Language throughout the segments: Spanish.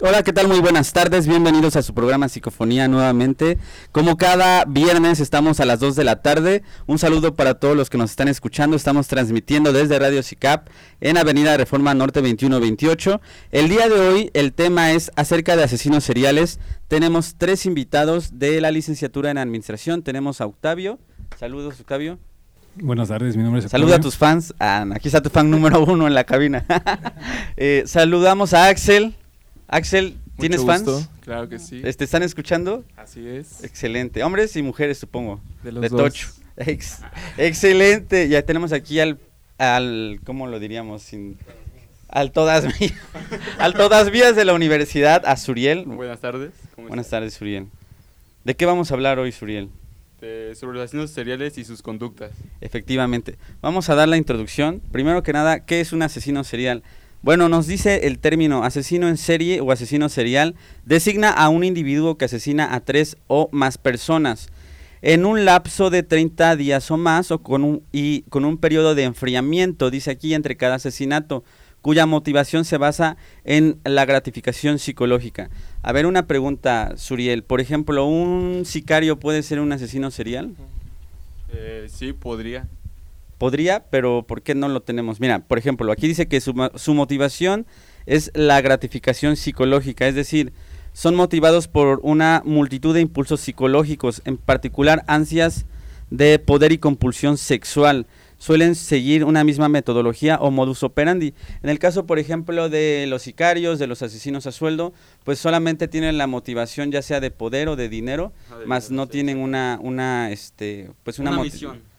Hola, ¿qué tal? Muy buenas tardes, bienvenidos a su programa Psicofonía nuevamente. Como cada viernes estamos a las 2 de la tarde. Un saludo para todos los que nos están escuchando. Estamos transmitiendo desde Radio CICAP en Avenida Reforma Norte 2128. El día de hoy el tema es acerca de asesinos seriales. Tenemos 3 invitados de la licenciatura en Administración. Tenemos a Octavio. Saludos, Octavio. Buenas tardes, mi nombre es Octavio. Saluda a tus fans. Aquí está tu fan número 1 en la cabina. Saludamos a Axel. Axel, ¿tienes fans? Claro que sí. ¿Te están escuchando? Así es. Excelente. Hombres y mujeres, supongo. De los de dos. Tocho. Excelente. Ya tenemos aquí al ¿cómo lo diríamos? Al todas vías de la universidad, a Suriel. Buenas tardes. Buenas tardes, Suriel. ¿De qué vamos a hablar hoy, Suriel? Sobre los asesinos seriales y sus conductas. Efectivamente. Vamos a dar la introducción. Primero que nada, ¿qué es un asesino serial? Bueno, nos dice el término asesino en serie o asesino serial, designa a un individuo que asesina a 3 o más personas en un lapso de 30 días o más o con un periodo de enfriamiento, dice aquí, entre cada asesinato, cuya motivación se basa en la gratificación psicológica. A ver, una pregunta, Suriel, por ejemplo, ¿un sicario puede ser un asesino serial? Sí, podría. Podría, pero ¿por qué no lo tenemos? Mira, por ejemplo, aquí dice que su motivación es la gratificación psicológica, es decir, son motivados por una multitud de impulsos psicológicos, en particular ansias de poder y compulsión sexual. Suelen seguir una misma metodología o modus operandi. En el caso, por ejemplo, de los sicarios, de los asesinos a sueldo, pues solamente tienen la motivación ya sea de poder o de dinero, más no tienen una misión.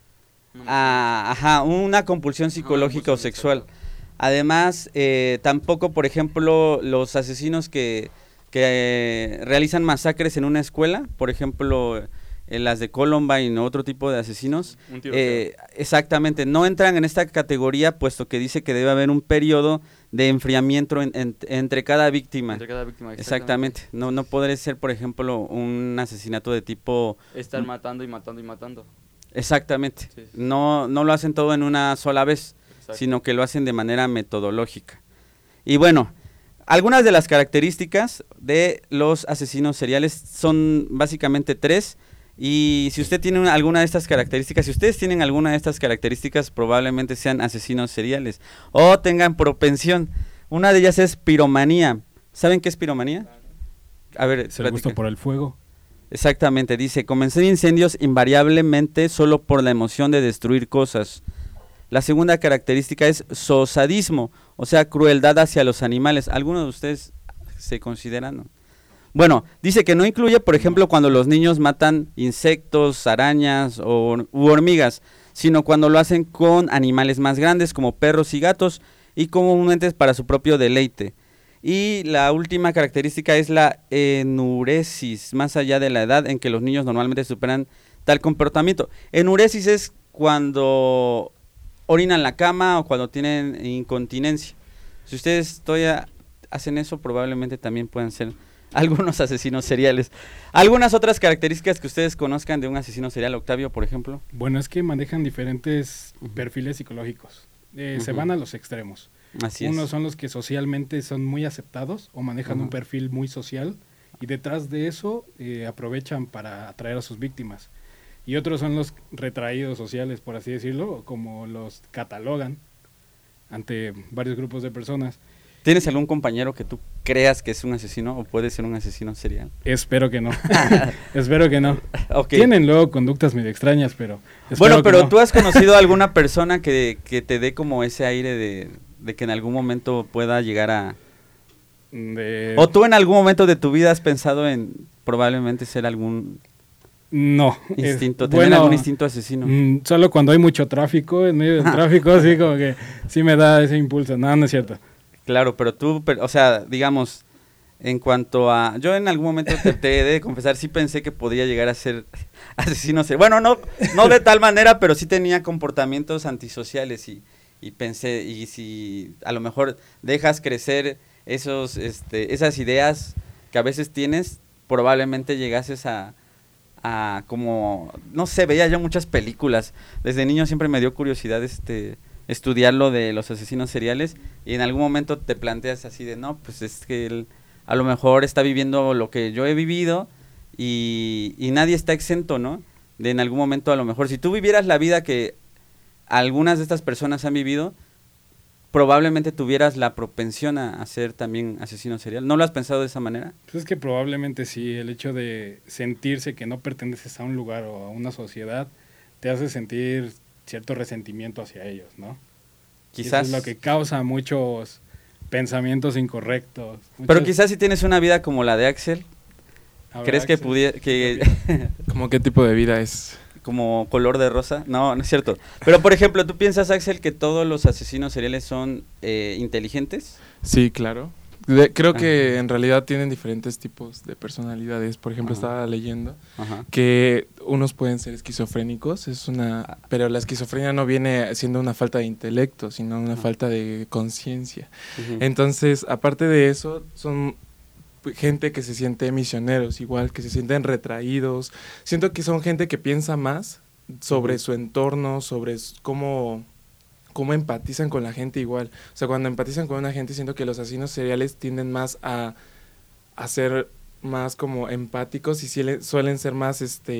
Una compulsión psicológica o sexual. Además, tampoco, por ejemplo, los asesinos que realizan masacres en una escuela, por ejemplo, las de Columbine o otro tipo de asesinos, exactamente, no entran en esta categoría, puesto que dice que debe haber un periodo de enfriamiento entre cada víctima. Entre cada víctima, exactamente. No podría ser, por ejemplo, un asesinato de tipo... estar matando y matando y matando. Exactamente, sí. No lo hacen todo en una sola vez, exacto, sino que lo hacen de manera metodológica. Y bueno, algunas de las características de los asesinos seriales son básicamente 3, y si usted tiene alguna de estas características, si ustedes tienen alguna de estas características, probablemente sean asesinos seriales, o tengan propensión. Una de ellas es piromanía. ¿Saben qué es piromanía? A ver, se le gusta por el fuego. Exactamente, dice, comenzar incendios invariablemente solo por la emoción de destruir cosas. La segunda característica es zoosadismo, o sea, crueldad hacia los animales. ¿Algunos de ustedes se consideran? ¿No? Bueno, dice que no incluye, por ejemplo, cuando los niños matan insectos, arañas u hormigas, sino cuando lo hacen con animales más grandes como perros y gatos y comúnmente es para su propio deleite. Y la última característica es la enuresis, más allá de la edad en que los niños normalmente superan tal comportamiento. Enuresis es cuando orinan la cama o cuando tienen incontinencia. Si ustedes todavía hacen eso, probablemente también puedan ser algunos asesinos seriales. ¿Algunas otras características que ustedes conozcan de un asesino serial, Octavio, por ejemplo? Bueno, es que manejan diferentes perfiles psicológicos. Se van a los extremos. Así es. Unos son los que socialmente son muy aceptados o manejan un perfil muy social y detrás de eso aprovechan para atraer a sus víctimas. Y otros son los retraídos sociales, por así decirlo, como los catalogan ante varios grupos de personas. ¿Tienes algún compañero que tú creas que es un asesino o puede ser un asesino serial? Espero que no. Espero que no. Okay. Tienen luego conductas medio extrañas, pero bueno, pero no. ¿tú has conocido a alguna persona que te dé como ese aire de que en algún momento pueda llegar a... ¿O tú en algún momento de tu vida has pensado en probablemente ser algún... No. Instinto, tener algún instinto asesino? Solo cuando hay mucho tráfico, en medio del tráfico, así como que sí me da ese impulso. No, no es cierto. Claro, pero tú, o sea, digamos, en cuanto a... Yo en algún momento te he de confesar, sí pensé que podría llegar a ser asesino serial. Bueno, no de tal manera, pero sí tenía comportamientos antisociales y pensé, y si a lo mejor dejas crecer esas ideas que a veces tienes, probablemente llegases a como, no sé, veía yo muchas películas. Desde niño siempre me dio curiosidad estudiar lo de los asesinos seriales y en algún momento te planteas así de, no, pues es que él a lo mejor está viviendo lo que yo he vivido y nadie está exento, ¿no? De en algún momento a lo mejor, si tú vivieras la vida que algunas de estas personas han vivido, probablemente tuvieras la propensión a ser también asesino serial. ¿No lo has pensado de esa manera? Pues es que probablemente sí, el hecho de sentirse que no perteneces a un lugar o a una sociedad te hace sentir cierto resentimiento hacia ellos, ¿no? Quizás. Y eso es lo que causa muchos pensamientos incorrectos. Pero quizás si tienes una vida como la de Axel, ¿crees que Axel, pudiera, ¿Cómo qué tipo de vida es? como color de rosa? No, no es cierto. Pero por ejemplo, ¿tú piensas, Axel, que todos los asesinos seriales son inteligentes? Sí, claro. Creo que en realidad tienen diferentes tipos de personalidades. Por ejemplo, estaba leyendo que unos pueden ser esquizofrénicos, pero la esquizofrenia no viene siendo una falta de intelecto, sino una falta de conciencia. Entonces, aparte de eso, son gente que se siente misioneros, igual, que se sienten retraídos. Siento que son gente que piensa más sobre su entorno, sobre cómo empatizan con la gente igual. O sea, cuando empatizan con una gente, siento que los asesinos seriales tienden más a ser más como empáticos y suelen ser más,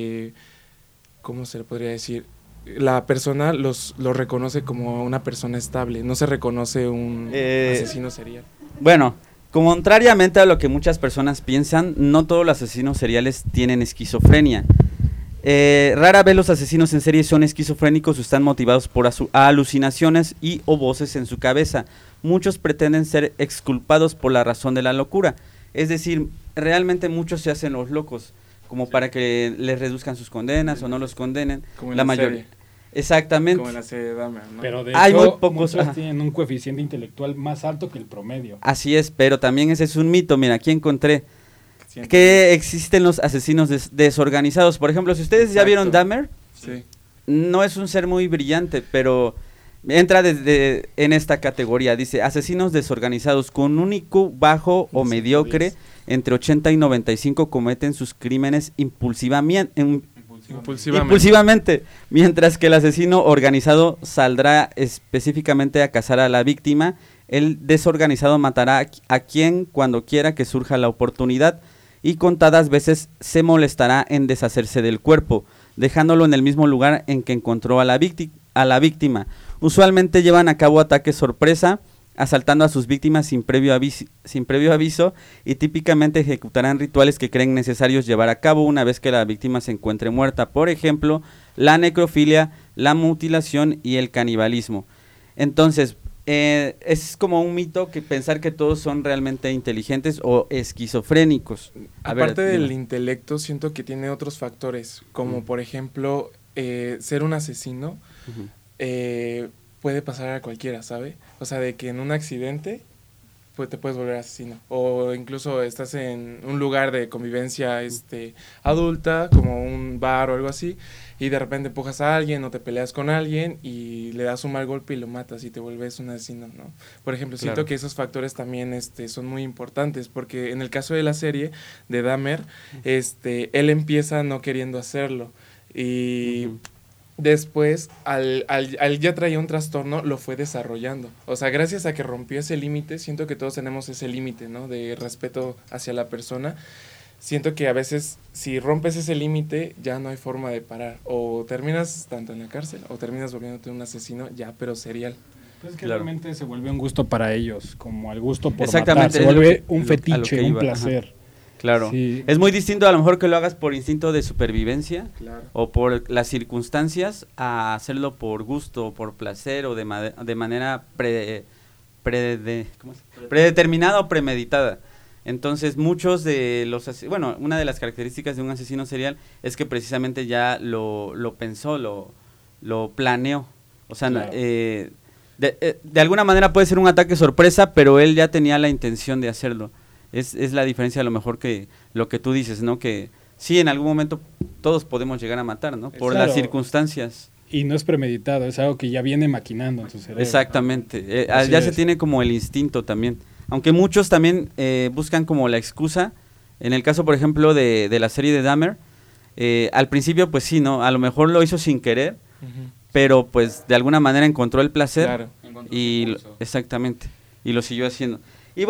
¿cómo se le podría decir? La persona los reconoce como una persona estable, no se reconoce un asesino serial. Bueno, contrariamente a lo que muchas personas piensan, no todos los asesinos seriales tienen esquizofrenia. Rara vez los asesinos en serie son esquizofrénicos o están motivados por alucinaciones o voces en su cabeza. Muchos pretenden ser exculpados por la razón de la locura. Es decir, realmente muchos se hacen los locos, como para que les reduzcan sus condenas o no los condenen. Como en la mayoría. Serie. Exactamente. Como en la serie de Dahmer, ¿no? Pero de hay hecho, muy pocos muchos tienen un coeficiente intelectual más alto que el promedio. Así es, pero también ese es un mito. Mira, aquí encontré que existen los asesinos desorganizados. Por ejemplo, si ustedes ya vieron Dahmer, sí, no es un ser muy brillante, pero entra en esta categoría. Dice, asesinos desorganizados con un IQ bajo o mediocre, entre 80 y 95 cometen sus crímenes impulsivamente, mientras que el asesino organizado saldrá específicamente a cazar a la víctima. El desorganizado matará a quien cuando quiera que surja la oportunidad y contadas veces se molestará en deshacerse del cuerpo, dejándolo en el mismo lugar en que encontró a la víctima. Usualmente llevan a cabo ataques sorpresa, asaltando a sus víctimas sin previo aviso y típicamente ejecutarán rituales que creen necesarios llevar a cabo una vez que la víctima se encuentre muerta. Por ejemplo, la necrofilia, la mutilación y el canibalismo. Entonces, es como un mito que pensar que todos son realmente inteligentes o esquizofrénicos. Aparte del intelecto, siento que tiene otros factores, como por ejemplo, ser un asesino puede pasar a cualquiera, ¿sabe? O sea, de que en un accidente pues te puedes volver asesino, o incluso estás en un lugar de convivencia adulta, como un bar o algo así, y de repente empujas a alguien o te peleas con alguien y le das un mal golpe y lo matas y te vuelves un asesino, ¿no? Por ejemplo, siento que esos factores también son muy importantes, porque en el caso de la serie de Dahmer, él empieza no queriendo hacerlo y después, al ya traía un trastorno, lo fue desarrollando. O sea, gracias a que rompió ese límite, siento que todos tenemos ese límite, ¿no? De respeto hacia la persona. Siento que a veces, si rompes ese límite, ya no hay forma de parar. O terminas tanto en la cárcel, o terminas volviéndote un asesino, ya, pero serial. Pues es que realmente se vuelve un gusto para ellos, como el gusto por exactamente, matar. Se vuelve un fetiche, un placer. Ajá. Claro, sí. Es muy distinto a lo mejor que lo hagas por instinto de supervivencia, claro, o por las circunstancias, a hacerlo por gusto, o por placer, o de manera predeterminada o premeditada. Entonces muchos de los, una de las características de un asesino serial es que precisamente ya lo pensó, lo planeó. O sea, claro. De alguna manera puede ser un ataque sorpresa, pero él ya tenía la intención de hacerlo. Es la diferencia a lo mejor que lo que tú dices, ¿no? Que sí, en algún momento todos podemos llegar a matar, ¿no? Por las circunstancias. Y no es premeditado, es algo que ya viene maquinando en su cerebro. Exactamente, ya se tiene como el instinto también. Aunque muchos también buscan como la excusa. En el caso, por ejemplo, de la serie de Dahmer, al principio pues sí, ¿no? A lo mejor lo hizo sin querer, pero pues de alguna manera encontró el placer. Claro. Exactamente, y lo siguió haciendo. Y bueno,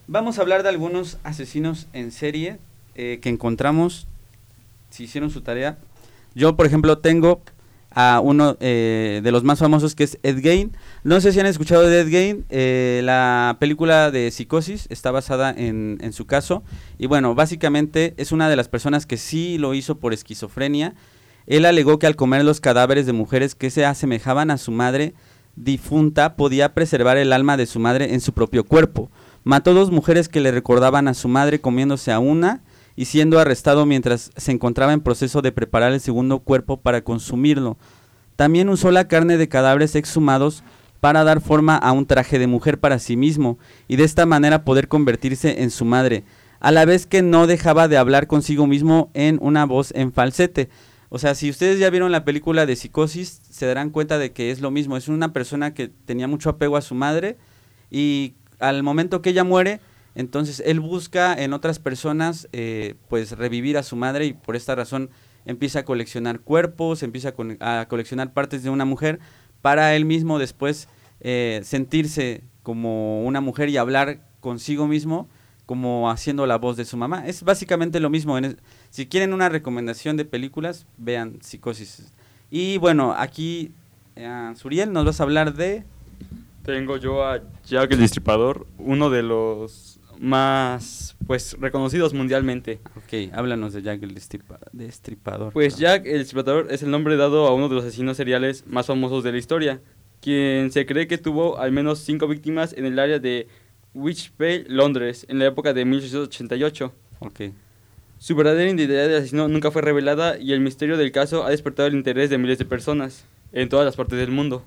Vamos a hablar de algunos asesinos en serie que encontramos, si hicieron su tarea. Yo, por ejemplo, tengo a uno de los más famosos, que es Ed Gein. No sé si han escuchado de Ed Gein. La película de Psicosis está basada en su caso. Y bueno, básicamente es una de las personas que sí lo hizo por esquizofrenia. Él alegó que al comer los cadáveres de mujeres que se asemejaban a su madre difunta, podía preservar el alma de su madre en su propio cuerpo. Mató 2 mujeres que le recordaban a su madre, comiéndose a una y siendo arrestado mientras se encontraba en proceso de preparar el segundo cuerpo para consumirlo. También usó la carne de cadáveres exhumados para dar forma a un traje de mujer para sí mismo y de esta manera poder convertirse en su madre, a la vez que no dejaba de hablar consigo mismo en una voz en falsete. O sea, si ustedes ya vieron la película de Psicosis, se darán cuenta de que es lo mismo. Es una persona que tenía mucho apego a su madre y al momento que ella muere, entonces él busca en otras personas pues revivir a su madre, y por esta razón empieza a coleccionar cuerpos, empieza a coleccionar partes de una mujer para él mismo después sentirse como una mujer y hablar consigo mismo como haciendo la voz de su mamá. Es básicamente lo mismo. Si quieren una recomendación de películas, vean Psicosis. Y bueno, aquí Suriel, nos vas a hablar de... Tengo yo a Jack el Destripador, uno de los más pues reconocidos mundialmente. Ok, háblanos de Jack el Destripador. Pues Jack el Destripador es el nombre dado a uno de los asesinos seriales más famosos de la historia, quien se cree que tuvo al menos 5 víctimas en el área de Whitechapel, Londres, en la época de 1888. Ok. Su verdadera identidad de asesino nunca fue revelada y el misterio del caso ha despertado el interés de miles de personas en todas las partes del mundo.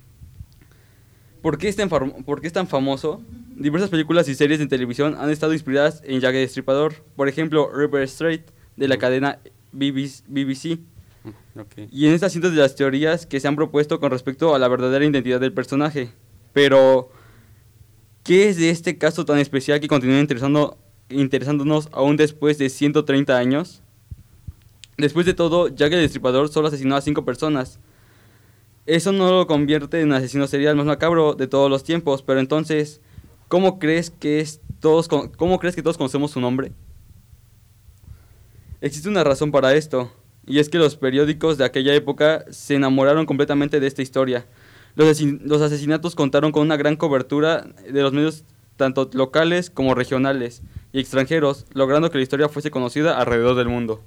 ¿Por qué es tan famoso? Diversas películas y series de televisión han estado inspiradas en Jack el Destripador. Por ejemplo, River Street, de la cadena BBC. Okay. Y en estas cientos de las teorías que se han propuesto con respecto a la verdadera identidad del personaje. Pero, ¿qué es de este caso tan especial que continúa interesándonos aún después de 130 años? Después de todo, Jack el Destripador solo asesinó a 5 personas. Eso no lo convierte en un asesino serial más macabro de todos los tiempos, pero entonces, ¿cómo crees que todos conocemos su nombre? Existe una razón para esto, y es que los periódicos de aquella época se enamoraron completamente de esta historia. Los asesinatos contaron con una gran cobertura de los medios tanto locales como regionales y extranjeros, logrando que la historia fuese conocida alrededor del mundo.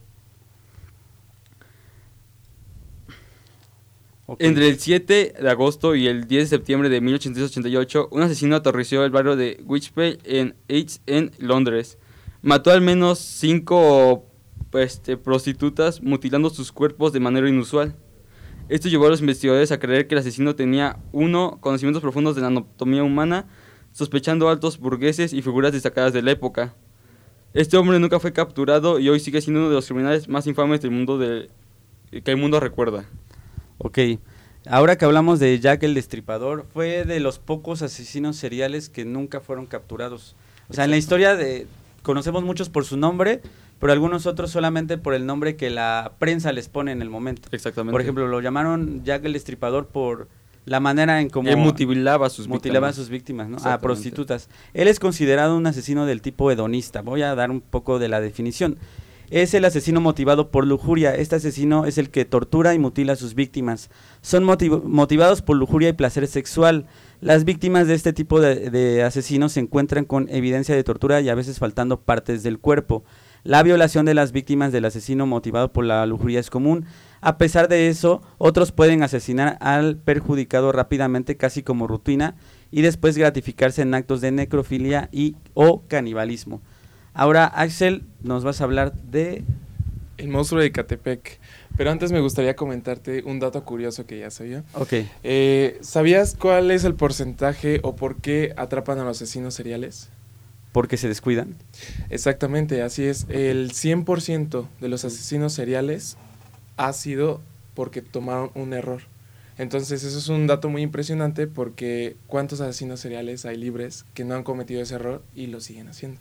Okay. Entre el 7 de agosto y el 10 de septiembre de 1888, un asesino aterrorizó el barrio de Whitechapel en East End, Londres. Mató al menos 5 prostitutas, mutilando sus cuerpos de manera inusual. Esto llevó a los investigadores a creer que el asesino tenía, 1, conocimientos profundos de la anatomía humana, sospechando altos burgueses y figuras destacadas de la época. Este hombre nunca fue capturado y hoy sigue siendo uno de los criminales más infames del mundo que el mundo recuerda. Ok, ahora que hablamos de Jack el Destripador, fue de los pocos asesinos seriales que nunca fueron capturados. O sea, en la historia conocemos muchos por su nombre, pero algunos otros solamente por el nombre que la prensa les pone en el momento. Exactamente. Por ejemplo, lo llamaron Jack el Destripador por la manera en cómo mutilaba a sus víctimas, ¿no? A prostitutas. Él es considerado un asesino del tipo hedonista. Voy a dar un poco de la definición. Es el asesino motivado por lujuria. Este asesino es el que tortura y mutila a sus víctimas. Son motivados por lujuria y placer sexual. Las víctimas de este tipo de asesinos se encuentran con evidencia de tortura y a veces faltando partes del cuerpo. La violación de las víctimas del asesino motivado por la lujuria es común. A pesar de eso, otros pueden asesinar al perjudicado rápidamente, casi como rutina, y después gratificarse en actos de necrofilia o canibalismo. Ahora, Axel, nos vas a hablar de... El monstruo de Ecatepec. Pero antes me gustaría comentarte un dato curioso que ya sabía. Ok. ¿Sabías cuál es el porcentaje o por qué atrapan a los asesinos seriales? Porque se descuidan. Exactamente, así es. El 100% de los asesinos seriales ha sido porque tomaron un error. Entonces eso es un dato muy impresionante porque ¿cuántos asesinos seriales hay libres que no han cometido ese error y lo siguen haciendo?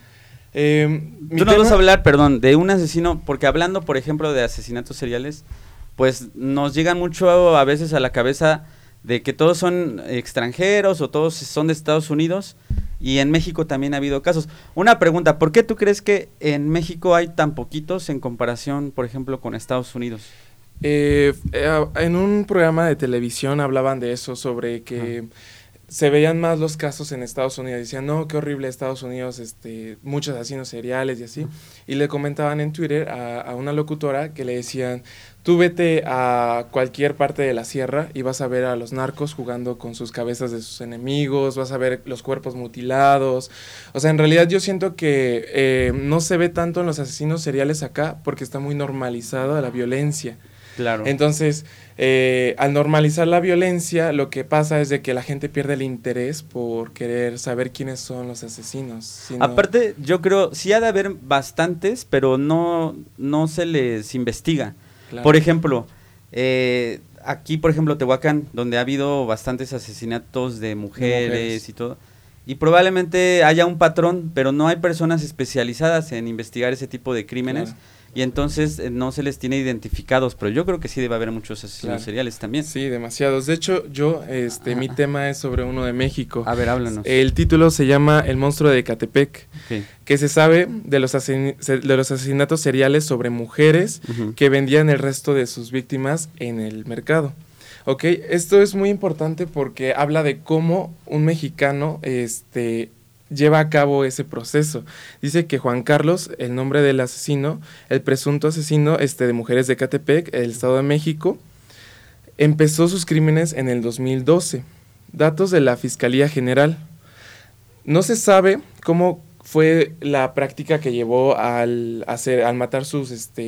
Tú nos vas a hablar, perdón, de un asesino, porque hablando, por ejemplo, de asesinatos seriales, pues nos llegan mucho a veces a la cabeza de que todos son extranjeros o todos son de Estados Unidos, y en México también ha habido casos. Una pregunta, ¿por qué tú crees que en México hay tan poquitos en comparación, por ejemplo, con Estados Unidos? En un programa de televisión hablaban de eso, sobre que se veían más los casos en Estados Unidos. Decían, no, qué horrible Estados Unidos, muchos asesinos seriales y así. Y le comentaban en Twitter a una locutora que le decían, tú vete a cualquier parte de la sierra y vas a ver a los narcos jugando con sus cabezas de sus enemigos, vas a ver los cuerpos mutilados. O sea, en realidad yo siento que no se ve tanto en los asesinos seriales acá porque está muy normalizada la violencia. Claro. Entonces, al normalizar la violencia, lo que pasa es de que la gente pierde el interés por querer saber quiénes son los asesinos. Aparte, yo creo, sí ha de haber bastantes, pero no se les investiga. Claro. Por ejemplo, aquí, por ejemplo, Tehuacán, donde ha habido bastantes asesinatos de mujeres y todo, y probablemente haya un patrón, pero no hay personas especializadas en investigar ese tipo de crímenes. Claro. Y entonces no se les tiene identificados, pero yo creo que sí debe haber muchos asesinos seriales también. Sí, demasiados. De hecho, mi tema es sobre uno de México. A ver, háblanos. El título se llama El monstruo de Ecatepec, que se sabe de los asesinatos seriales sobre mujeres que vendían el resto de sus víctimas en el mercado. Ok, esto es muy importante porque habla de cómo un mexicano, lleva a cabo ese proceso. Dice que Juan Carlos, el nombre del asesino, el presunto asesino de mujeres de Ecatepec, el Estado de México, empezó sus crímenes en el 2012. Datos de la Fiscalía General. No se sabe cómo fue la práctica que llevó al matar a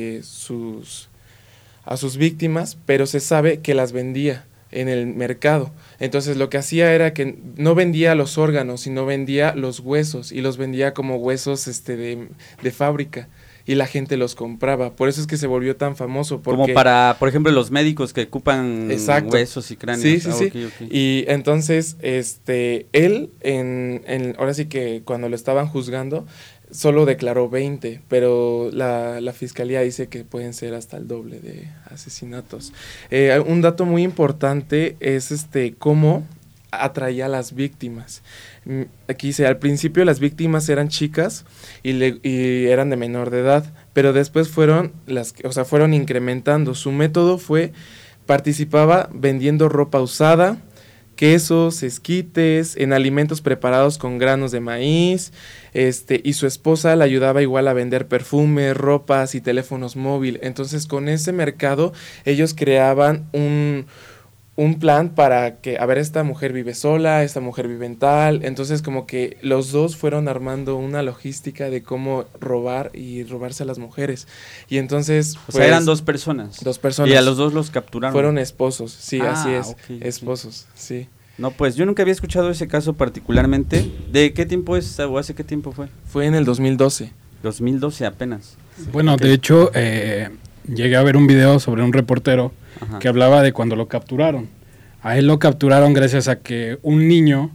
sus víctimas, pero se sabe que las vendía en el mercado. Entonces lo que hacía era que no vendía los órganos, sino vendía los huesos, y los vendía como huesos de fábrica, y la gente los compraba. Por eso es que se volvió tan famoso. Como para, por ejemplo, los médicos que ocupan huesos y cráneos. Sí. Okay. Y entonces él, ahora sí que cuando lo estaban juzgando, solo declaró 20, pero la fiscalía dice que pueden ser hasta el doble de asesinatos. Un dato muy importante es cómo atraía a las víctimas. Aquí dice, al principio las víctimas eran chicas y eran de menor de edad, pero después fueron incrementando. Su método participaba vendiendo ropa usada, quesos, esquites, en alimentos preparados con granos de maíz, y su esposa le ayudaba igual a vender perfumes, ropas y teléfonos móviles. Entonces, con ese mercado, ellos creaban un plan para que, a ver, esta mujer vive sola, esta mujer vive en tal. Entonces, como que los dos fueron armando una logística de cómo robar y robarse a las mujeres. Y entonces, o sea, eran dos personas. Y a los dos los capturaron. Fueron esposos, sí, así es. Okay, esposos, sí. No, pues yo nunca había escuchado ese caso particularmente. ¿De qué tiempo es o hace qué tiempo fue? Fue en el 2012. 2012 apenas. Bueno, de hecho, llegué a ver un video sobre un reportero que hablaba de cuando lo capturaron. A él lo capturaron gracias a que un niño,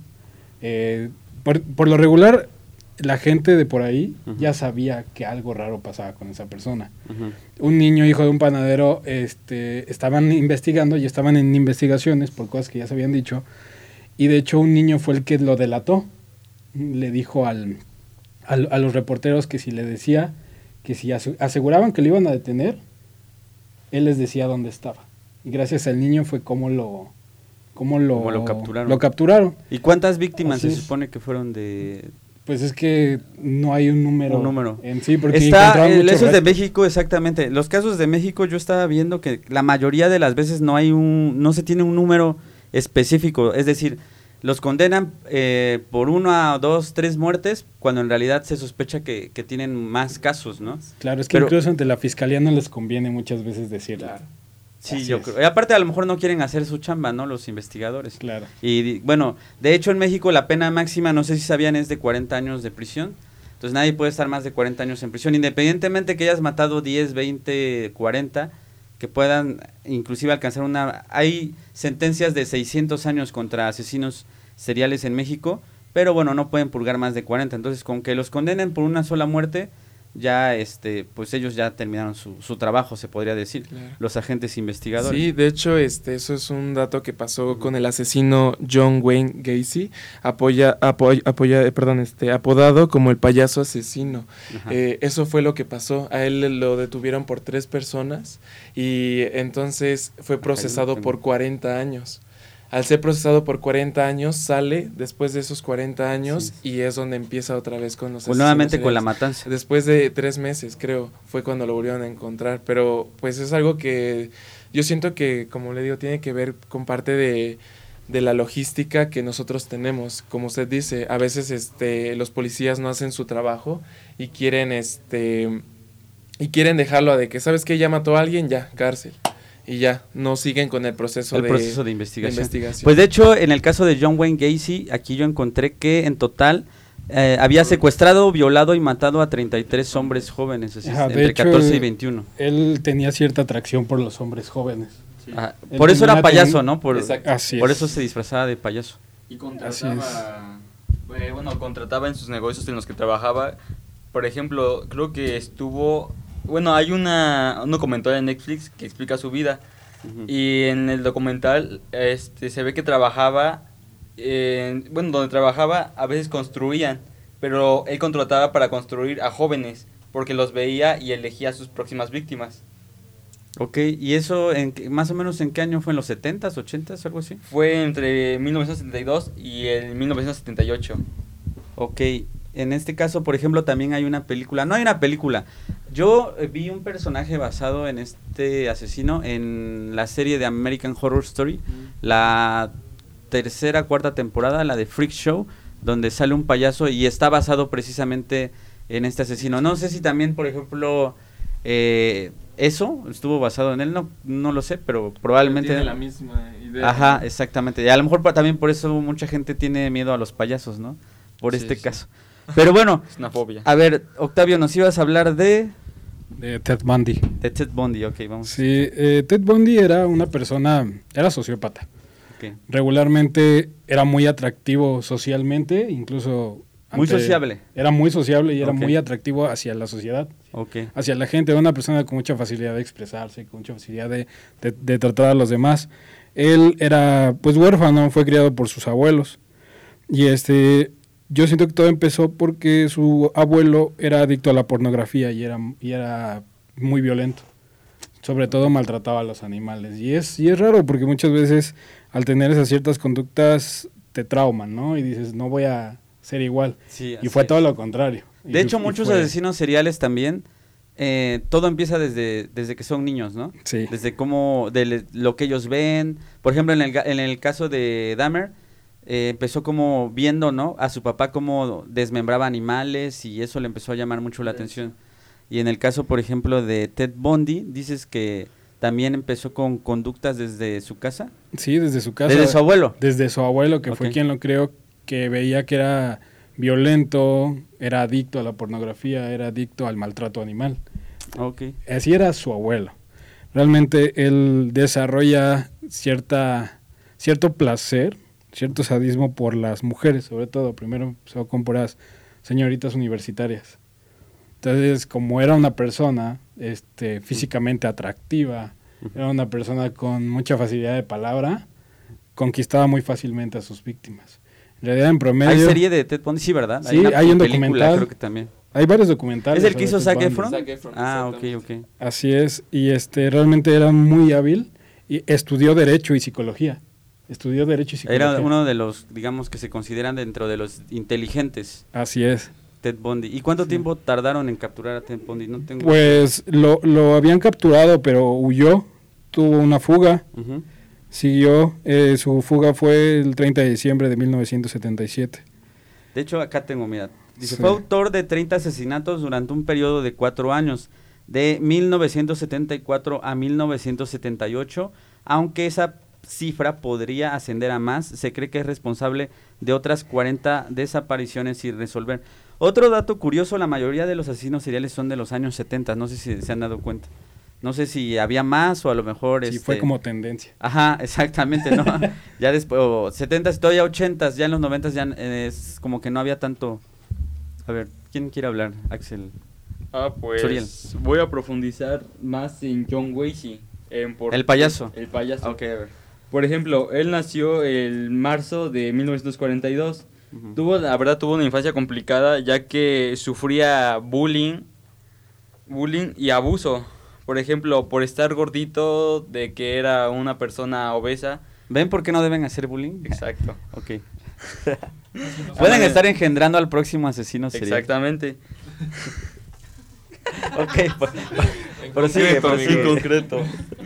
por lo regular, la gente de por ahí ya sabía que algo raro pasaba con esa persona. Un niño, hijo de un panadero, estaban investigando y estaban en investigaciones por cosas que ya se habían dicho, y de hecho un niño fue el que lo delató. Le dijo a los reporteros que si le decía, que si aseguraban que lo iban a detener, él les decía dónde estaba. Y gracias al niño fue como lo capturaron. Lo capturaron. ¿Y cuántas víctimas se supone que fueron de...? Pues es que no hay un número. En sí, porque esos de México, exactamente. Los casos de México, yo estaba viendo que la mayoría de las veces no se tiene un número específico. Es decir, los condenan por 1, 2, 3 muertes, cuando en realidad se sospecha que tienen más casos, ¿no? Claro, es que incluso ante la fiscalía no les conviene muchas veces decirlo. Claro. Sí, yo creo. Y aparte a lo mejor no quieren hacer su chamba, ¿no? Los investigadores. Claro. Y bueno, de hecho en México la pena máxima, no sé si sabían, es de 40 años de prisión. Entonces nadie puede estar más de 40 años en prisión, independientemente que hayas matado 10, 20, 40, que puedan inclusive alcanzar Hay sentencias de 600 años contra asesinos seriales en México, pero bueno, no pueden purgar más de 40. Entonces con que los condenen por una sola muerte, ya pues ellos ya terminaron su trabajo, se podría decir, Claro. los agentes investigadores. Sí, de hecho, eso es un dato que pasó con el asesino John Wayne Gacy, apodado como el payaso asesino. Ajá. Eso fue lo que pasó. A él lo detuvieron por 3 personas y entonces fue procesado por 40 años. Al ser procesado por 40 años, sale después de esos 40 años y es donde empieza otra vez con los Pues nuevamente asesinos con la seriales. matanza. Después de 3 meses, creo, fue cuando lo volvieron a encontrar. Pero pues es algo que yo siento que, como le digo, tiene que ver con parte de la logística que nosotros tenemos. Como usted dice, a veces los policías no hacen su trabajo y quieren dejarlo a de que, ¿sabes qué? Ya mató a alguien, ya, cárcel. Y ya, no siguen con el proceso de investigación. Pues Pues de hecho, en el caso de John Wayne Gacy, aquí yo encontré que en total había secuestrado, violado y matado a 33 hombres jóvenes, así, Ajá, de entre hecho, 14 y 21. Él tenía cierta atracción por los hombres jóvenes. Ajá, Él por eso era tenía payaso, ten- ¿no? Así Por es. eso se disfrazaba de payaso. Y Así contrataba en sus negocios en los que trabajaba. Por ejemplo, creo que hay un documental en Netflix que explica su vida. Ujú. Y en el documental se ve que trabajaba, donde trabajaba a veces construían, pero él contrataba para construir a jóvenes, porque los veía y elegía a sus próximas víctimas. Ok, ¿y eso más o menos en qué año fue? ¿En los 70s, 80s, algo así? Fue entre 1972 y el 1978. Ok, en este caso, por ejemplo, también hay una película, no hay una película, yo vi un personaje basado en este asesino en la serie de American Horror Story, la 3ª, 4ª temporada, la de Freak Show, donde sale un payaso y está basado precisamente en este asesino. No sé si también, por ejemplo, eso estuvo basado en él, no lo sé, pero probablemente... Tiene la misma idea. Ajá, exactamente. Y a lo mejor también por eso mucha gente tiene miedo a los payasos, ¿no? Por Sí, este sí. caso. Pero bueno, Es una fobia. a ver, Octavio, nos ibas a hablar de De Ted Bundy. Ted Bundy, ok, vamos. Sí, Ted Bundy era era sociópata. Ok. Regularmente era muy atractivo socialmente, incluso... Muy sociable. Era muy sociable y era Ok. muy atractivo hacia la sociedad, Ok. hacia la gente. Era una persona con mucha facilidad de expresarse, con mucha facilidad de tratar a los demás. Él era pues huérfano, fue criado por sus abuelos. Y yo siento que todo empezó porque su abuelo era adicto a la pornografía y era muy violento. Sobre todo maltrataba a los animales. Y es raro porque muchas veces al tener esas ciertas conductas te trauman, ¿no? Y dices, no voy a ser igual. Sí, Y fue así todo es. lo contrario. De hecho, Y muchos fue- asesinos seriales también, todo empieza desde que son niños, ¿no? Sí. Desde lo que ellos ven. Por ejemplo, en el caso de Dahmer, empezó como viendo, ¿no? A su papá cómo desmembraba animales y eso le empezó a llamar mucho la atención. Y en el caso, por ejemplo, de Ted Bundy, dices que también empezó con conductas desde su casa. Sí, desde su casa. Desde su abuelo. Desde su abuelo, que fue Ok. quien lo creó, que veía que era violento, era adicto a la pornografía, era adicto al maltrato animal. Ok. Así era su abuelo. Realmente él desarrolla cierto placer, cierto sadismo por las mujeres, sobre todo. Primero empezó con puras señoritas universitarias. Entonces, como era una persona físicamente atractiva, era una persona con mucha facilidad de palabra, conquistaba muy fácilmente a sus víctimas. En realidad, en promedio... ¿Hay serie de Ted Bundy? Sí, ¿verdad? Sí, una hay un película, documental. creo que también. Hay varios documentales. ¿Es el que hizo sobre Ted Zac Bundy. Efron? Zac Efron, Ah, ok, exactamente. ok. Así es, y realmente era muy hábil y estudió Derecho y Psicología. Estudió Derecho y Psicología. Era uno de los, digamos, que se consideran dentro de los inteligentes, Así es. Ted Bundy. ¿Y cuánto tiempo tardaron en capturar a Ted Bundy? No tengo... Pues lo habían capturado, pero huyó, tuvo una fuga, Ujú. siguió, su fuga fue el 30 de diciembre de 1977. De hecho, acá tengo, mira, dice, Sí. fue autor de 30 asesinatos durante un periodo de 4 años, de 1974 a 1978, aunque esa cifra podría ascender a más, se cree que es responsable de otras 40 desapariciones sin resolver. Otro dato curioso, la mayoría de los asesinos seriales son de los años 70, no sé si se han dado cuenta. No sé si había más o a lo mejor... Sí, fue como tendencia. Ajá, exactamente, ¿no? Ya después, 70s, todavía 80s, ya en los 90s ya es como que no había tanto... A ver, ¿quién quiere hablar? Axel. Pues Suriel. voy a profundizar más en John Gacy. El payaso. El payaso. Ok, a ver. Por ejemplo, él nació el marzo de 1942. Ujú. La verdad tuvo una infancia complicada ya que sufría bullying y abuso. Por ejemplo, por estar gordito, de que era una persona obesa. ¿Ven por qué no deben hacer bullying? Exacto. Ok. Pueden estar engendrando al próximo asesino serial. Exactamente. Ok, prosigue. En concreto.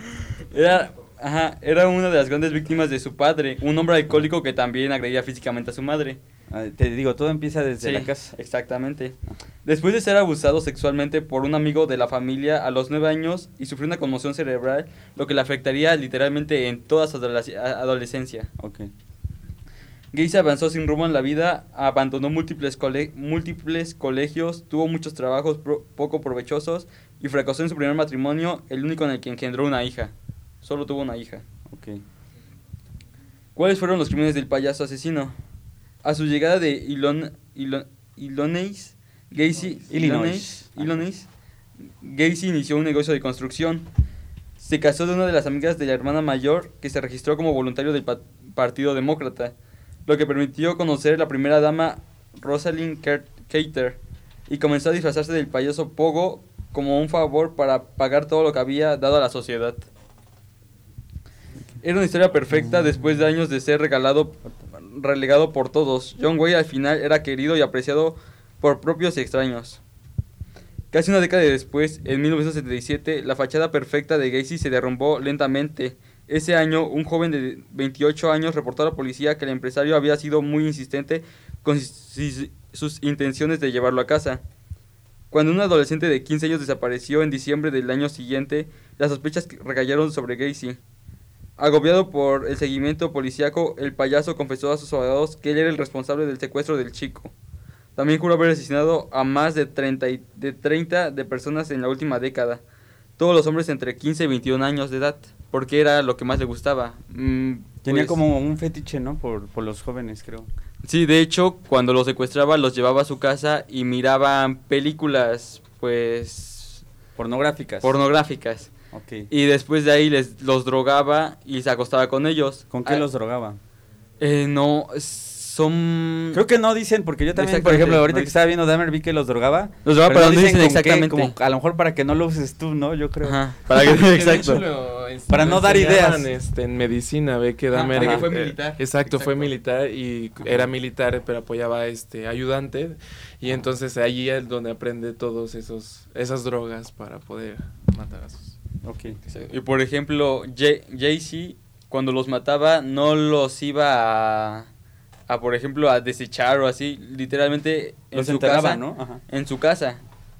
Era una de las grandes víctimas de su padre, un hombre alcohólico que también agredía físicamente a su madre. Te digo, todo empieza desde Sí, la casa. exactamente. Después de ser abusado sexualmente por un amigo de la familia a los 9 años y sufrir una conmoción cerebral, lo que le afectaría literalmente en toda su adolescencia. Ok. Gacy avanzó sin rumbo en la vida, abandonó múltiples colegios, tuvo muchos trabajos poco provechosos y fracasó en su primer matrimonio, el único en el que engendró una hija. Solo tuvo una hija. Ok. ¿Cuáles fueron los crímenes del payaso asesino? A su llegada de Illinois, Gacy inició un negocio de construcción. Se casó de una de las amigas de la hermana mayor que se registró como voluntario del Partido Demócrata, lo que permitió conocer a la primera dama Rosalind Carter y comenzó a disfrazarse del payaso Pogo como un favor para pagar todo lo que había dado a la sociedad. Era una historia perfecta después de años de ser relegado por todos. John Wayne al final era querido y apreciado por propios y extraños. Casi una década después, en 1977, la fachada perfecta de Gacy se derrumbó lentamente. Ese año, un joven de 28 años reportó a la policía que el empresario había sido muy insistente con sus intenciones de llevarlo a casa. Cuando un adolescente de 15 años desapareció en diciembre del año siguiente, las sospechas recayeron sobre Gacy. Agobiado por el seguimiento policíaco, el payaso confesó a sus abogados que él era el responsable del secuestro del chico. También juró haber asesinado a más de 30 de personas en la última década. Todos los hombres entre 15 y 21 años de edad, porque era lo que más le gustaba. Tenía como un fetiche, ¿no? Por los jóvenes, creo. Sí, de hecho, cuando los secuestraba, los llevaba a su casa y miraban películas, pues... pornográficas. Ok. Y después de ahí los drogaba y se acostaba con ellos. ¿Con qué los drogaba? No, son... Creo que no dicen, porque yo también, por Exactamente, ejemplo, ahorita no que dicen. estaba viendo Dahmer vi que los drogaba. Los drogaba, pero no dicen con qué, exactamente. como a lo mejor para que no lo uses tú, ¿no? Yo creo. Ajá, para que... De exacto. hecho, lo Para no dar enseñaban, ideas. en medicina, ve que Dahmer porque fue militar. Exacto, fue Exacto. militar y era militar, pero apoyaba a ayudante y entonces allí es donde aprende todos esas drogas para poder matar a sus. Ok. Y por ejemplo, Gacy, cuando los mataba, no los iba por ejemplo, a desechar o así. Literalmente en Los su enterraba, casa, ¿no? Ajá. En su casa.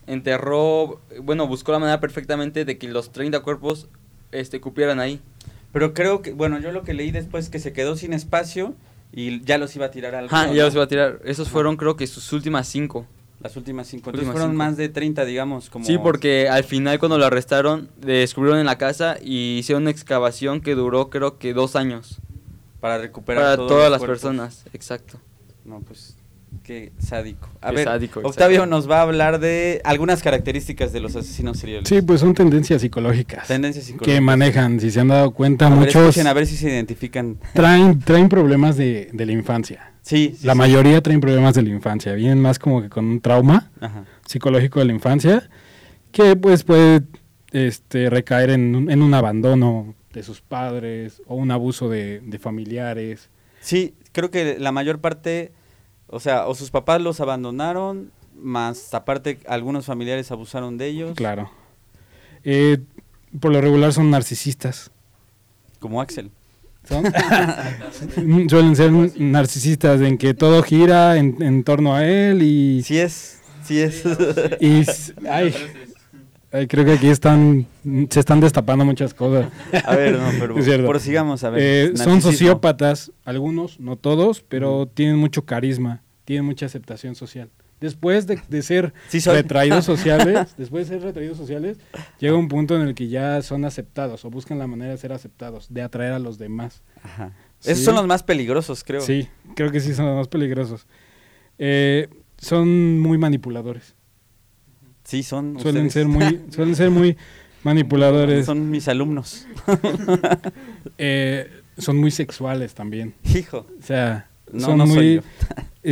Buscó la manera perfectamente de que los 30 cuerpos cupieran ahí. Pero creo que, bueno, yo lo que leí después que se quedó sin espacio y ya los iba a tirar al Ajá, río, ya ¿no? los iba a tirar. Esos fueron, creo que sus últimas 5. Las últimas 5. Entonces Últimas fueron 5. más de 30, digamos, como... Sí, porque al final cuando lo arrestaron, le descubrieron en la casa y hicieron una excavación que duró creo que 2 años. Para recuperar Para todos todas los las cuerpos. personas, exacto. No, pues, qué sádico. A Qué ver, sádico, Octavio exacto. nos va a hablar de algunas características de los asesinos seriales. Sí, pues son tendencias psicológicas Tendencias psicológicas. que manejan. Si se han dado cuenta, A ver, muchos escuchen, a ver si se identifican. traen problemas de la infancia. Sí, La mayoría traen problemas de la infancia. Vienen más como que con un trauma Ajá. psicológico de la infancia que pues puede recaer en un abandono de sus padres o un abuso de familiares. Sí, creo que la mayor parte, o sea, o sus papás los abandonaron, más aparte algunos familiares abusaron de ellos. Claro. Por lo regular son narcisistas. Como Axel. Suelen ser narcisistas en que todo gira en torno a él y... Sí es. Ay, creo que aquí se están destapando muchas cosas. A ver, no, pero Es cierto. prosigamos, a ver. Son narcisismo. sociópatas, algunos, no todos, pero tienen mucho carisma, tienen mucha aceptación social. Después de ser Sí soy. retraídos sociales, llega un punto en el que ya son aceptados o buscan la manera de ser aceptados, de atraer a los demás. Ajá. Sí. Esos son los más peligrosos, creo. Sí, creo que sí son los más peligrosos. Son muy manipuladores. Sí, son Suelen ustedes. ser muy manipuladores. Son mis alumnos. Son muy sexuales también. Hijo. O sea, No, son no soy muy... yo.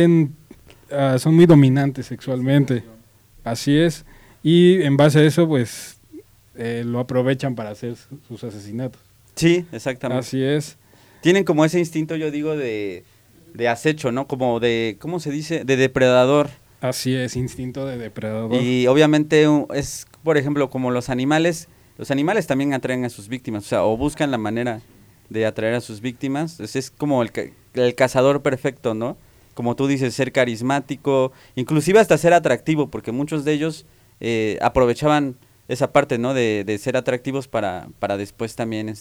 son muy dominantes sexualmente. Así es. Y en base a eso, pues, lo aprovechan para hacer sus asesinatos. Sí, exactamente. Así es. Tienen como ese instinto, yo digo, de acecho, ¿no? Como de, ¿cómo se dice? De depredador. Así es, instinto de depredador. Y obviamente es, por ejemplo, como los animales también atraen a sus víctimas, o sea, o buscan la manera de atraer a sus víctimas. Es como el cazador perfecto, ¿no? Como tú dices, ser carismático, inclusive hasta ser atractivo, porque muchos de ellos aprovechaban esa parte, ¿no? De ser atractivos para después también,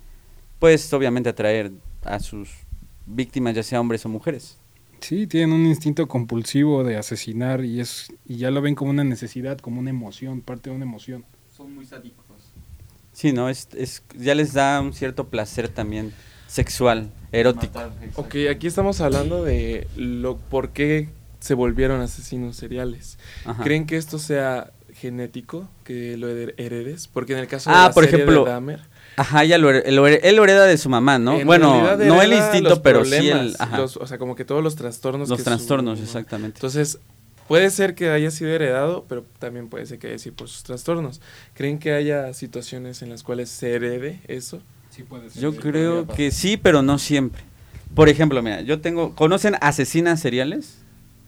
pues obviamente atraer a sus víctimas, ya sea hombres o mujeres. Sí, tienen un instinto compulsivo de asesinar y ya lo ven como una necesidad, como una emoción, parte de una emoción. Son muy sádicos. Sí, ¿no? Ya les da un cierto placer también sexual, erótico. Ok, aquí estamos hablando de por qué se volvieron asesinos seriales. Ajá. ¿Creen que esto sea genético, que lo heredes? Porque en el caso de la por serie ejemplo, de Dahmer, ajá, él lo hereda de su mamá, ¿no? en Bueno, realidad no el hereda instinto, los pero sí problemas, ajá. o sea, como que todos los trastornos. Los que trastornos, exactamente. Entonces, puede ser que haya sido heredado, pero también puede ser que haya sido por sus trastornos. ¿Creen que haya situaciones en las cuales se herede eso? Sí puede ser. Yo creo que sí, pero no siempre. Por ejemplo, mira, ¿conocen asesinas seriales?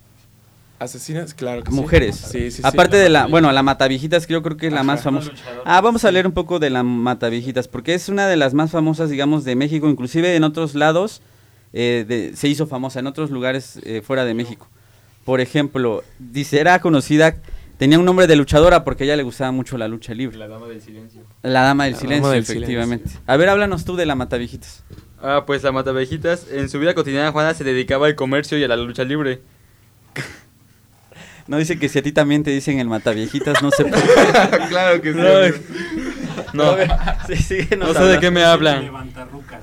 Asesinas, claro que Mujeres. Sí, sí, Aparte sí. de la Matavijitas, que yo creo que es la más famosa. Vamos a leer un poco de la Matavijitas, porque es una de las más famosas, digamos, de México, inclusive en otros lados se hizo famosa, en otros lugares fuera de México. Por ejemplo, dice, era conocida, tenía un nombre de luchadora porque a ella le gustaba mucho la lucha libre. La dama del silencio. La dama del La silencio, dama del efectivamente. silencio. A ver, háblanos tú de la Matavijitas. Pues la Matavejitas, en su vida cotidiana Juana se dedicaba al comercio y a la lucha libre. No, dice que si a ti también te dicen el Mataviejitas, no sé por Claro que sí. No, sí, síguenos no sé de hablando. qué me hablan. Levantarrucas.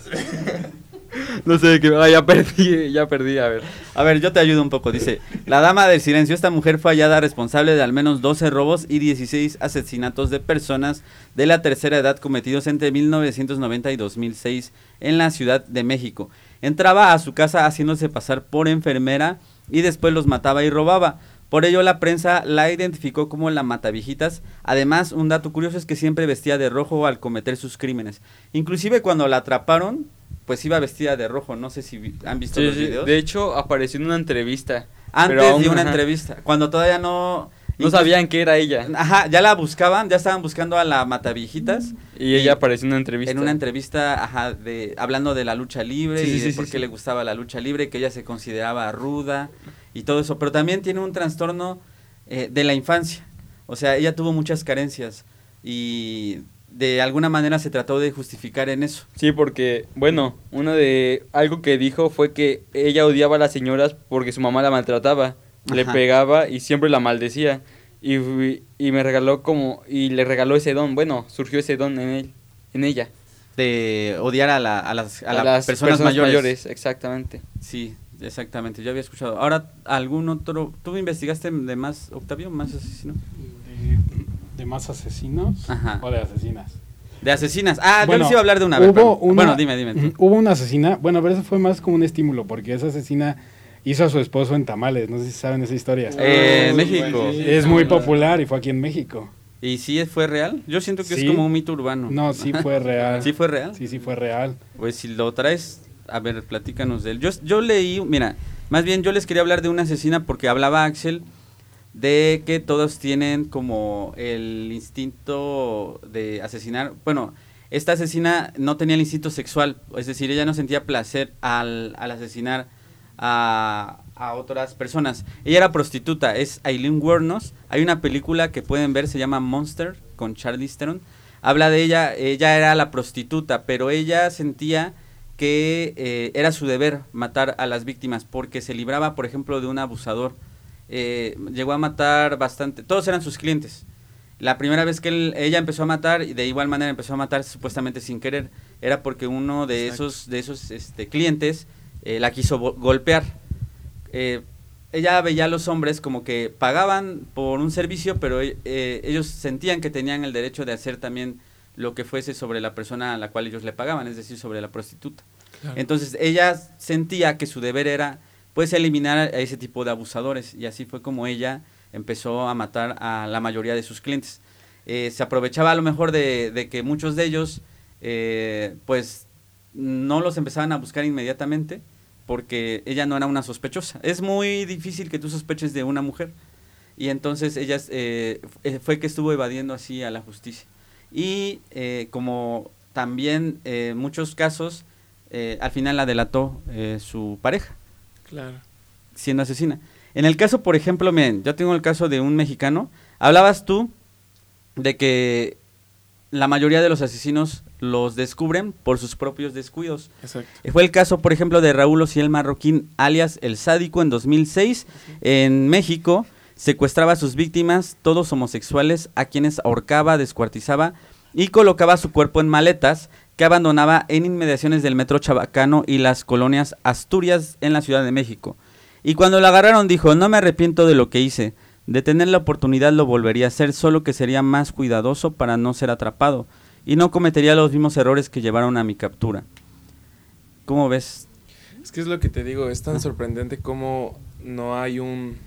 No sé de qué. Ya perdí, a ver. A ver, yo te ayudo un poco. Dice, la dama del silencio, esta mujer fue hallada responsable de al menos 12 robos y 16 asesinatos de personas de la tercera edad cometidos entre 1990 y 2006 en la Ciudad de México. Entraba a su casa haciéndose pasar por enfermera y después los mataba y robaba. Por ello la prensa la identificó como la Matavijitas. Además, un dato curioso es que siempre vestía de rojo al cometer sus crímenes. Inclusive cuando la atraparon, pues iba vestida de rojo. No sé si han visto los videos. De hecho, apareció en una entrevista. Antes pero aún, de una ajá, entrevista, cuando todavía no sabían que era ella. Ajá, ya la buscaban, ya estaban buscando a la Matavijitas. Y ella apareció en una entrevista. En una entrevista, ajá, hablando de la lucha libre Sí, y sí, de sí, por sí, qué sí. le gustaba la lucha libre, que ella se consideraba ruda y todo eso. Pero también tiene un trastorno de la infancia. O sea, ella tuvo muchas carencias y de alguna manera se trató de justificar en eso. Sí, porque, bueno, algo que dijo fue que ella odiaba a las señoras porque su mamá la maltrataba, le Ajá. pegaba y siempre la maldecía. Y le regaló ese don. Bueno, surgió ese don en ella. De odiar a las las personas mayores. Exactamente. Sí, exactamente, yo había escuchado. Ahora, ¿algún otro? ¿Tú investigaste de más, Octavio, más asesino? ¿De más asesinos? Ajá. ¿O de asesinas? De asesinas. Ah, Bueno, yo les iba a hablar de una vez. Bueno, dime. tú. Hubo una asesina, bueno, pero eso fue más como un estímulo, porque esa asesina hizo a su esposo en tamales, no sé si saben esa historia. En México. Es muy popular y fue aquí en México. ¿Y sí fue real? Yo siento que Sí. es como un mito urbano. No, sí fue real. ¿Sí fue real? Sí fue real. Pues si lo traes, a ver, platícanos de él. Yo leí, mira, más bien yo les quería hablar de una asesina porque hablaba Axel de que todos tienen como el instinto de asesinar. Bueno, esta asesina no tenía el instinto sexual, es decir, ella no sentía placer al asesinar a otras personas. Ella era prostituta, es Aileen Wuornos. Hay una película que pueden ver, se llama Monster, con Charlize Theron. Habla de ella era la prostituta, pero ella sentía que era su deber matar a las víctimas porque se libraba, por ejemplo, de un abusador. Llegó a matar bastante, todos eran sus clientes. La primera vez que ella empezó a matar, y de igual manera empezó a matar supuestamente sin querer, era porque uno de esos clientes la quiso golpear. ella veía a los hombres como que pagaban por un servicio, pero ellos sentían que tenían el derecho de hacer también lo que fuese sobre la persona a la cual ellos le pagaban, es decir, sobre la prostituta. Claro. Entonces ella sentía que su deber era pues eliminar a ese tipo de abusadores, y así fue como ella empezó a matar a la mayoría de sus clientes. Se aprovechaba a lo mejor de que muchos de ellos pues no los empezaban a buscar inmediatamente, porque ella no era una sospechosa. Es muy difícil que tú sospeches de una mujer, y entonces ella fue que estuvo evadiendo así a la justicia. Y como también muchos casos, al final la delató su pareja, claro, siendo asesina. En el caso, por ejemplo, miren, yo tengo el caso de un mexicano. Hablabas tú de que la mayoría de los asesinos los descubren por sus propios descuidos. Exacto. Fue el caso, por ejemplo, de Raúl Ociel Marroquín, alias El Sádico, en 2006, en México. Secuestraba a sus víctimas, todos homosexuales, a quienes ahorcaba, descuartizaba y colocaba su cuerpo en maletas que abandonaba en inmediaciones del metro Chabacano y las colonias Asturias en la Ciudad de México. Y cuando lo agarraron dijo: no me arrepiento de lo que hice, de tener la oportunidad lo volvería a hacer, solo que sería más cuidadoso para no ser atrapado y no cometería los mismos errores que llevaron a mi captura. ¿Cómo ves? Es que es lo que te digo, es tan sorprendente cómo no hay un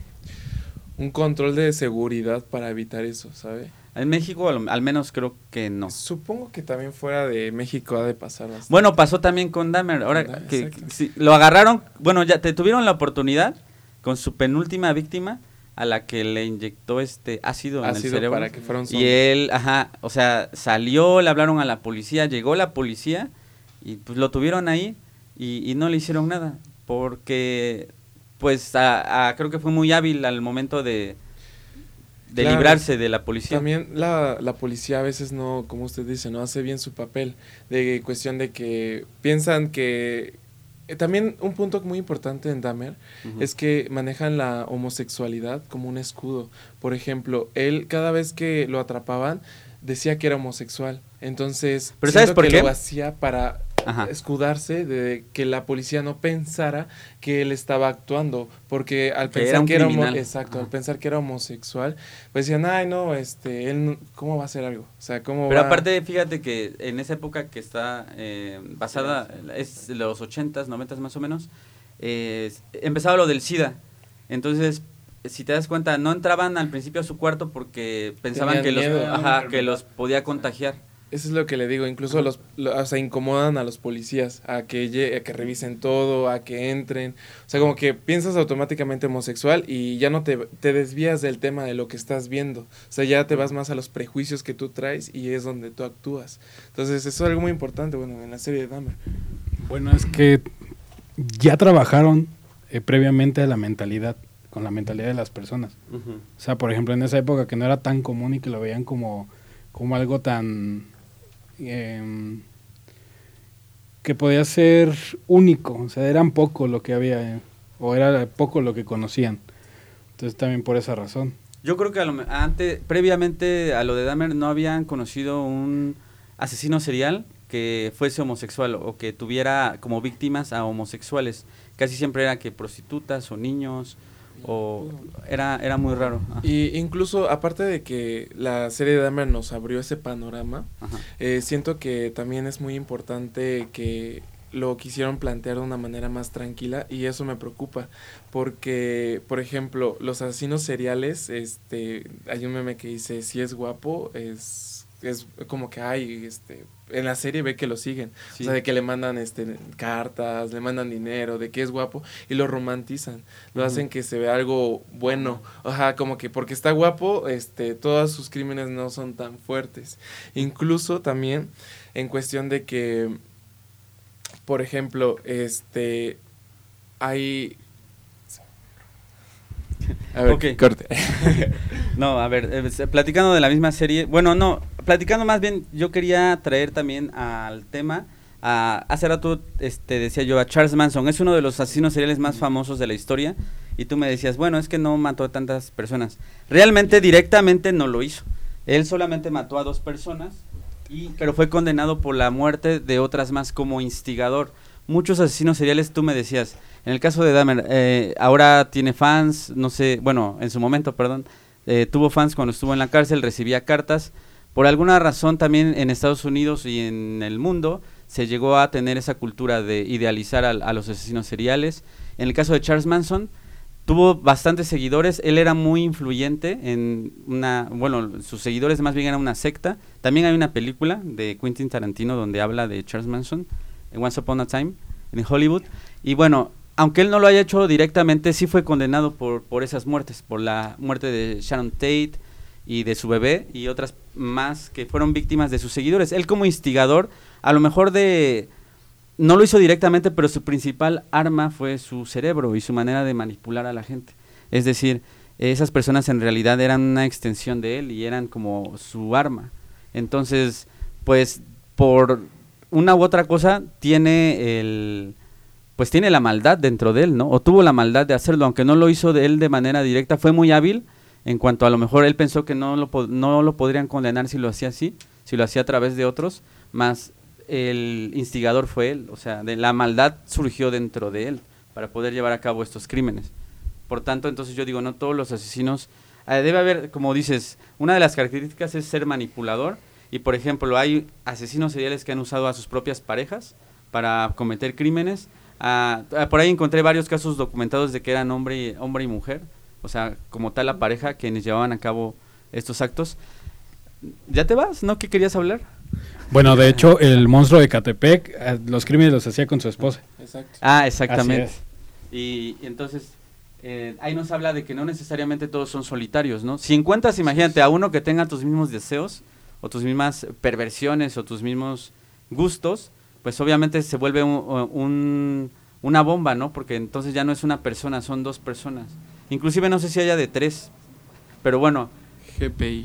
control de seguridad para evitar eso, ¿sabe? En México al menos creo que no. Supongo que también fuera de México ha de pasar bastante. Bueno, pasó también con Dahmer. Ahora que sí, lo agarraron, bueno, ya te tuvieron la oportunidad con su penúltima víctima, a la que le inyectó ácido en el cerebro. Para que fuera un zombie. Y él, o sea, salió, le hablaron a la policía, llegó la policía y pues lo tuvieron ahí y no le hicieron nada, porque pues creo que fue muy hábil al momento de claro, librarse de la policía. También la policía a veces no, como usted dice, no hace bien su papel, de cuestión de que piensan que... También un punto muy importante en Dahmer es que manejan la homosexualidad como un escudo. Por ejemplo, él cada vez que lo atrapaban decía que era homosexual. Entonces, ¿pero sabes por qué? Lo hacía para escudarse de que la policía no pensara que él estaba actuando, porque al pensar que era al pensar que era homosexual, pues decían, ay no, él ¿cómo va a hacer algo? O sea, ¿cómo Pero va? aparte, fíjate que en esa época que está basada, es de los 80s, 90s más o menos, empezaba lo del SIDA. Entonces, si te das cuenta, no entraban al principio a su cuarto porque pensaban que los podía contagiar. Eso es lo que le digo, incluso o sea, incomodan a los policías a que revisen todo, a que entren, o sea, como que piensas automáticamente homosexual y ya no te desvías del tema de lo que estás viendo, o sea, ya te vas más a los prejuicios que tú traes y es donde tú actúas. Entonces, eso es algo muy importante, bueno, en la serie de Dahmer. Bueno, es que ya trabajaron previamente con la mentalidad de las personas. O sea, por ejemplo, en esa época que no era tan común y que lo veían como algo tan... que podía ser único, o sea, eran poco lo que había, o era poco lo que conocían. Entonces también por esa razón. Yo creo que previamente a lo de Dahmer no habían conocido un asesino serial que fuese homosexual o que tuviera como víctimas a homosexuales. Casi siempre era que prostitutas o niños, o era muy raro. Y incluso aparte de que la serie de Dahmer nos abrió ese panorama, siento que también es muy importante que lo quisieron plantear de una manera más tranquila y eso me preocupa porque, por ejemplo, los asesinos seriales, hay un meme que dice, si es guapo, es como que en la serie ve que lo siguen, sí. O sea, de que le mandan cartas, le mandan dinero, de que es guapo y lo romantizan, lo hacen que se vea algo bueno, como que porque está guapo, todos sus crímenes no son tan fuertes. Incluso también en cuestión de que, por ejemplo, hay... A ver, corte. No, a ver, platicando de la misma serie, platicando más bien, yo quería traer también al tema, hace rato decía yo a Charles Manson, es uno de los asesinos seriales más famosos de la historia, y tú me decías, bueno, es que no mató a tantas personas. Realmente, directamente no lo hizo, él solamente mató a 2 personas, pero fue condenado por la muerte de otras más como instigador. muchos asesinos seriales, tú me decías, en el caso de Dahmer, ahora tiene fans, no sé, bueno, en su momento, perdón, tuvo fans cuando estuvo en la cárcel, recibía cartas. Por alguna razón también en Estados Unidos y en el mundo se llegó a tener esa cultura de idealizar a los asesinos seriales. En el caso de Charles Manson, tuvo bastantes seguidores, él era muy influyente en sus seguidores más bien eran una secta. También hay una película de Quentin Tarantino donde habla de Charles Manson, Once Upon a Time, en Hollywood. Y bueno, aunque él no lo haya hecho directamente, sí fue condenado por esas muertes, por la muerte de Sharon Tate y de su bebé y otras más que fueron víctimas de sus seguidores. Él como instigador, a lo mejor no lo hizo directamente, pero su principal arma fue su cerebro y su manera de manipular a la gente. Es decir, esas personas en realidad eran una extensión de él y eran como su arma. Entonces, pues, por una u otra cosa, tiene la maldad dentro de él, ¿no? O tuvo la maldad de hacerlo, aunque no lo hizo de él de manera directa, fue muy hábil, en cuanto a lo mejor él pensó que no lo podrían condenar si lo hacía así, si lo hacía a través de otros, más el instigador fue él, o sea, la maldad surgió dentro de él para poder llevar a cabo estos crímenes. Por tanto, entonces yo digo, no todos los asesinos, debe haber, como dices, una de las características es ser manipulador, y por ejemplo, hay asesinos seriales que han usado a sus propias parejas para cometer crímenes. Por ahí encontré varios casos documentados de que eran hombre y mujer, o sea, como tal la pareja quienes llevaban a cabo estos actos. ¿Ya te vas? ¿No? ¿Qué querías hablar? Bueno, de hecho, el monstruo de Catepec, los crímenes los hacía con su esposa. Exacto. Exactamente. Y entonces, ahí nos habla de que no necesariamente todos son solitarios, ¿no? Si encuentras, imagínate, a uno que tenga tus mismos deseos, o tus mismas perversiones, o tus mismos gustos, pues obviamente se vuelve una bomba, ¿no? Porque entonces ya no es una persona, son dos personas. Inclusive no sé si haya de 3, pero bueno. GPI.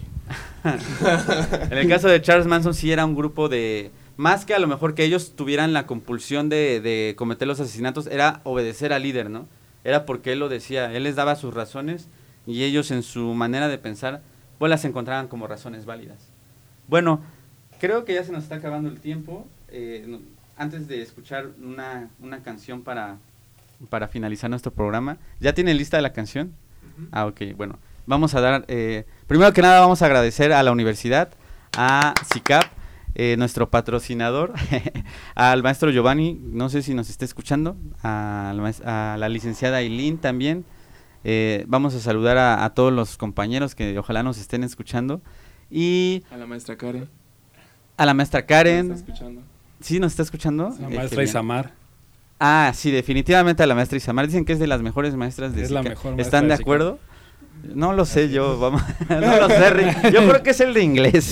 En el caso de Charles Manson sí era un grupo de... Más que a lo mejor que ellos tuvieran la compulsión de cometer los asesinatos, era obedecer al líder, ¿no? Era porque él lo decía, él les daba sus razones y ellos en su manera de pensar, pues las encontraban como razones válidas. Bueno, creo que ya se nos está acabando el tiempo. Antes de escuchar una canción para finalizar nuestro programa, ¿ya tienen lista la canción? Uh-huh. Ok, bueno. Vamos a dar, primero que nada vamos a agradecer a la universidad, a CICAP, nuestro patrocinador, al maestro Giovanni, no sé si nos está escuchando, a la licenciada Aileen también. Vamos a saludar a todos los compañeros que ojalá nos estén escuchando. Y a la maestra Karen. A la maestra Karen. ¿Nos está escuchando? ¿Sí nos está escuchando? La maestra Isamar. Sí, definitivamente a la maestra Isamar. Dicen que es de las mejores maestras de Es CICAP. la mejor maestra. ¿Están de acuerdo? No lo sé yo, vamos, no lo sé, Rick. Yo creo que es el de inglés.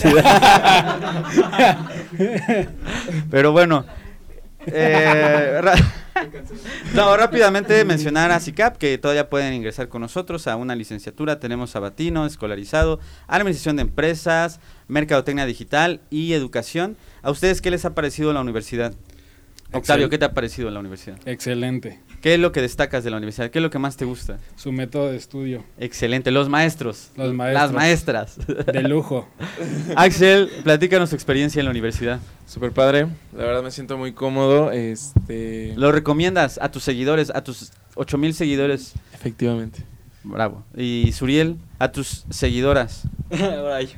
Pero bueno, rápidamente mencionar a CICAP, que todavía pueden ingresar con nosotros a una licenciatura. Tenemos sabatino, escolarizado, administración de empresas, mercadotecnia digital y educación. ¿A ustedes qué les ha parecido la universidad? Octavio, ¿qué te ha parecido la universidad? Excelente. ¿Qué es lo que destacas de la universidad? ¿Qué es lo que más te gusta? Su método de estudio. Excelente. Los maestros. Las maestras. De lujo. Axel, platícanos tu experiencia en la universidad. Súper padre. La verdad me siento muy cómodo. ¿Lo recomiendas a tus seguidores, a tus 8,000 seguidores? Efectivamente. Bravo. Y Suriel, a tus seguidoras. Ahora yo.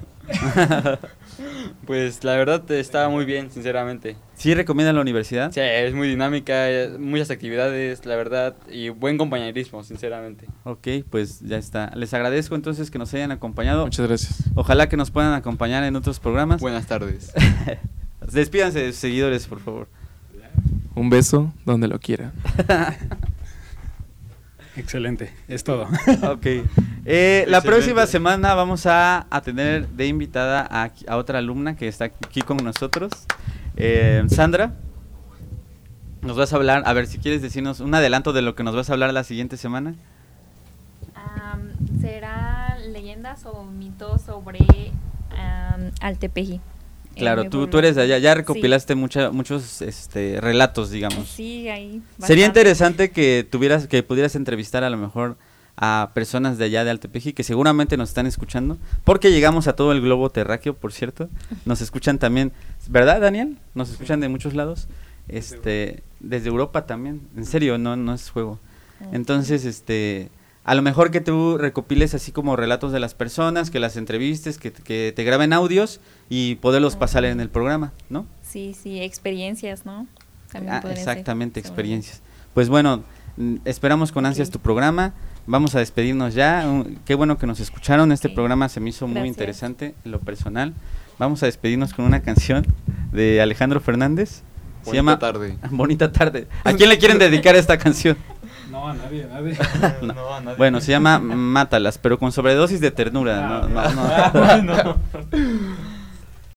Pues la verdad está muy bien, sinceramente. ¿Sí recomiendan la universidad? Sí, es muy dinámica, muchas actividades, la verdad, y buen compañerismo, sinceramente. Ok, pues ya está. Les agradezco entonces que nos hayan acompañado. Muchas gracias. Ojalá que nos puedan acompañar en otros programas. Buenas tardes. Despídanse de sus seguidores, por favor. Un beso donde lo quiera. Excelente, es todo. Ok. La próxima semana vamos a tener de invitada a otra alumna que está aquí con nosotros. Sandra, nos vas a hablar, a ver si quieres decirnos un adelanto de lo que nos vas a hablar la siguiente semana. Será leyendas o mitos sobre Altepeji. Claro, tú eres de allá, ya recopilaste sí. muchos relatos, digamos. Sí, ahí. Bastante. Sería interesante que pudieras entrevistar a lo mejor a personas de allá de Altepeji que seguramente nos están escuchando, porque llegamos a todo el globo terráqueo, por cierto. Nos escuchan también, ¿verdad, Daniel? Nos escuchan de muchos lados. desde Europa también, en serio, no es juego. Entonces, a lo mejor que tú recopiles así como relatos de las personas, que las entrevistes, que te graben audios y poderlos pasar en el programa, ¿no? Sí, experiencias, ¿no? También podrían exactamente, ser. experiencias. Pues bueno, esperamos con ansias tu programa. Vamos a despedirnos ya. Qué bueno que nos escucharon. Este programa se me hizo muy interesante en lo personal. Vamos a despedirnos con una canción de Alejandro Fernández. Se llama Tarde. Bonita Tarde. ¿A quién le quieren dedicar esta canción? No, a nadie. No, a nadie. Bueno, se llama Mátalas, pero con sobredosis de ternura. No.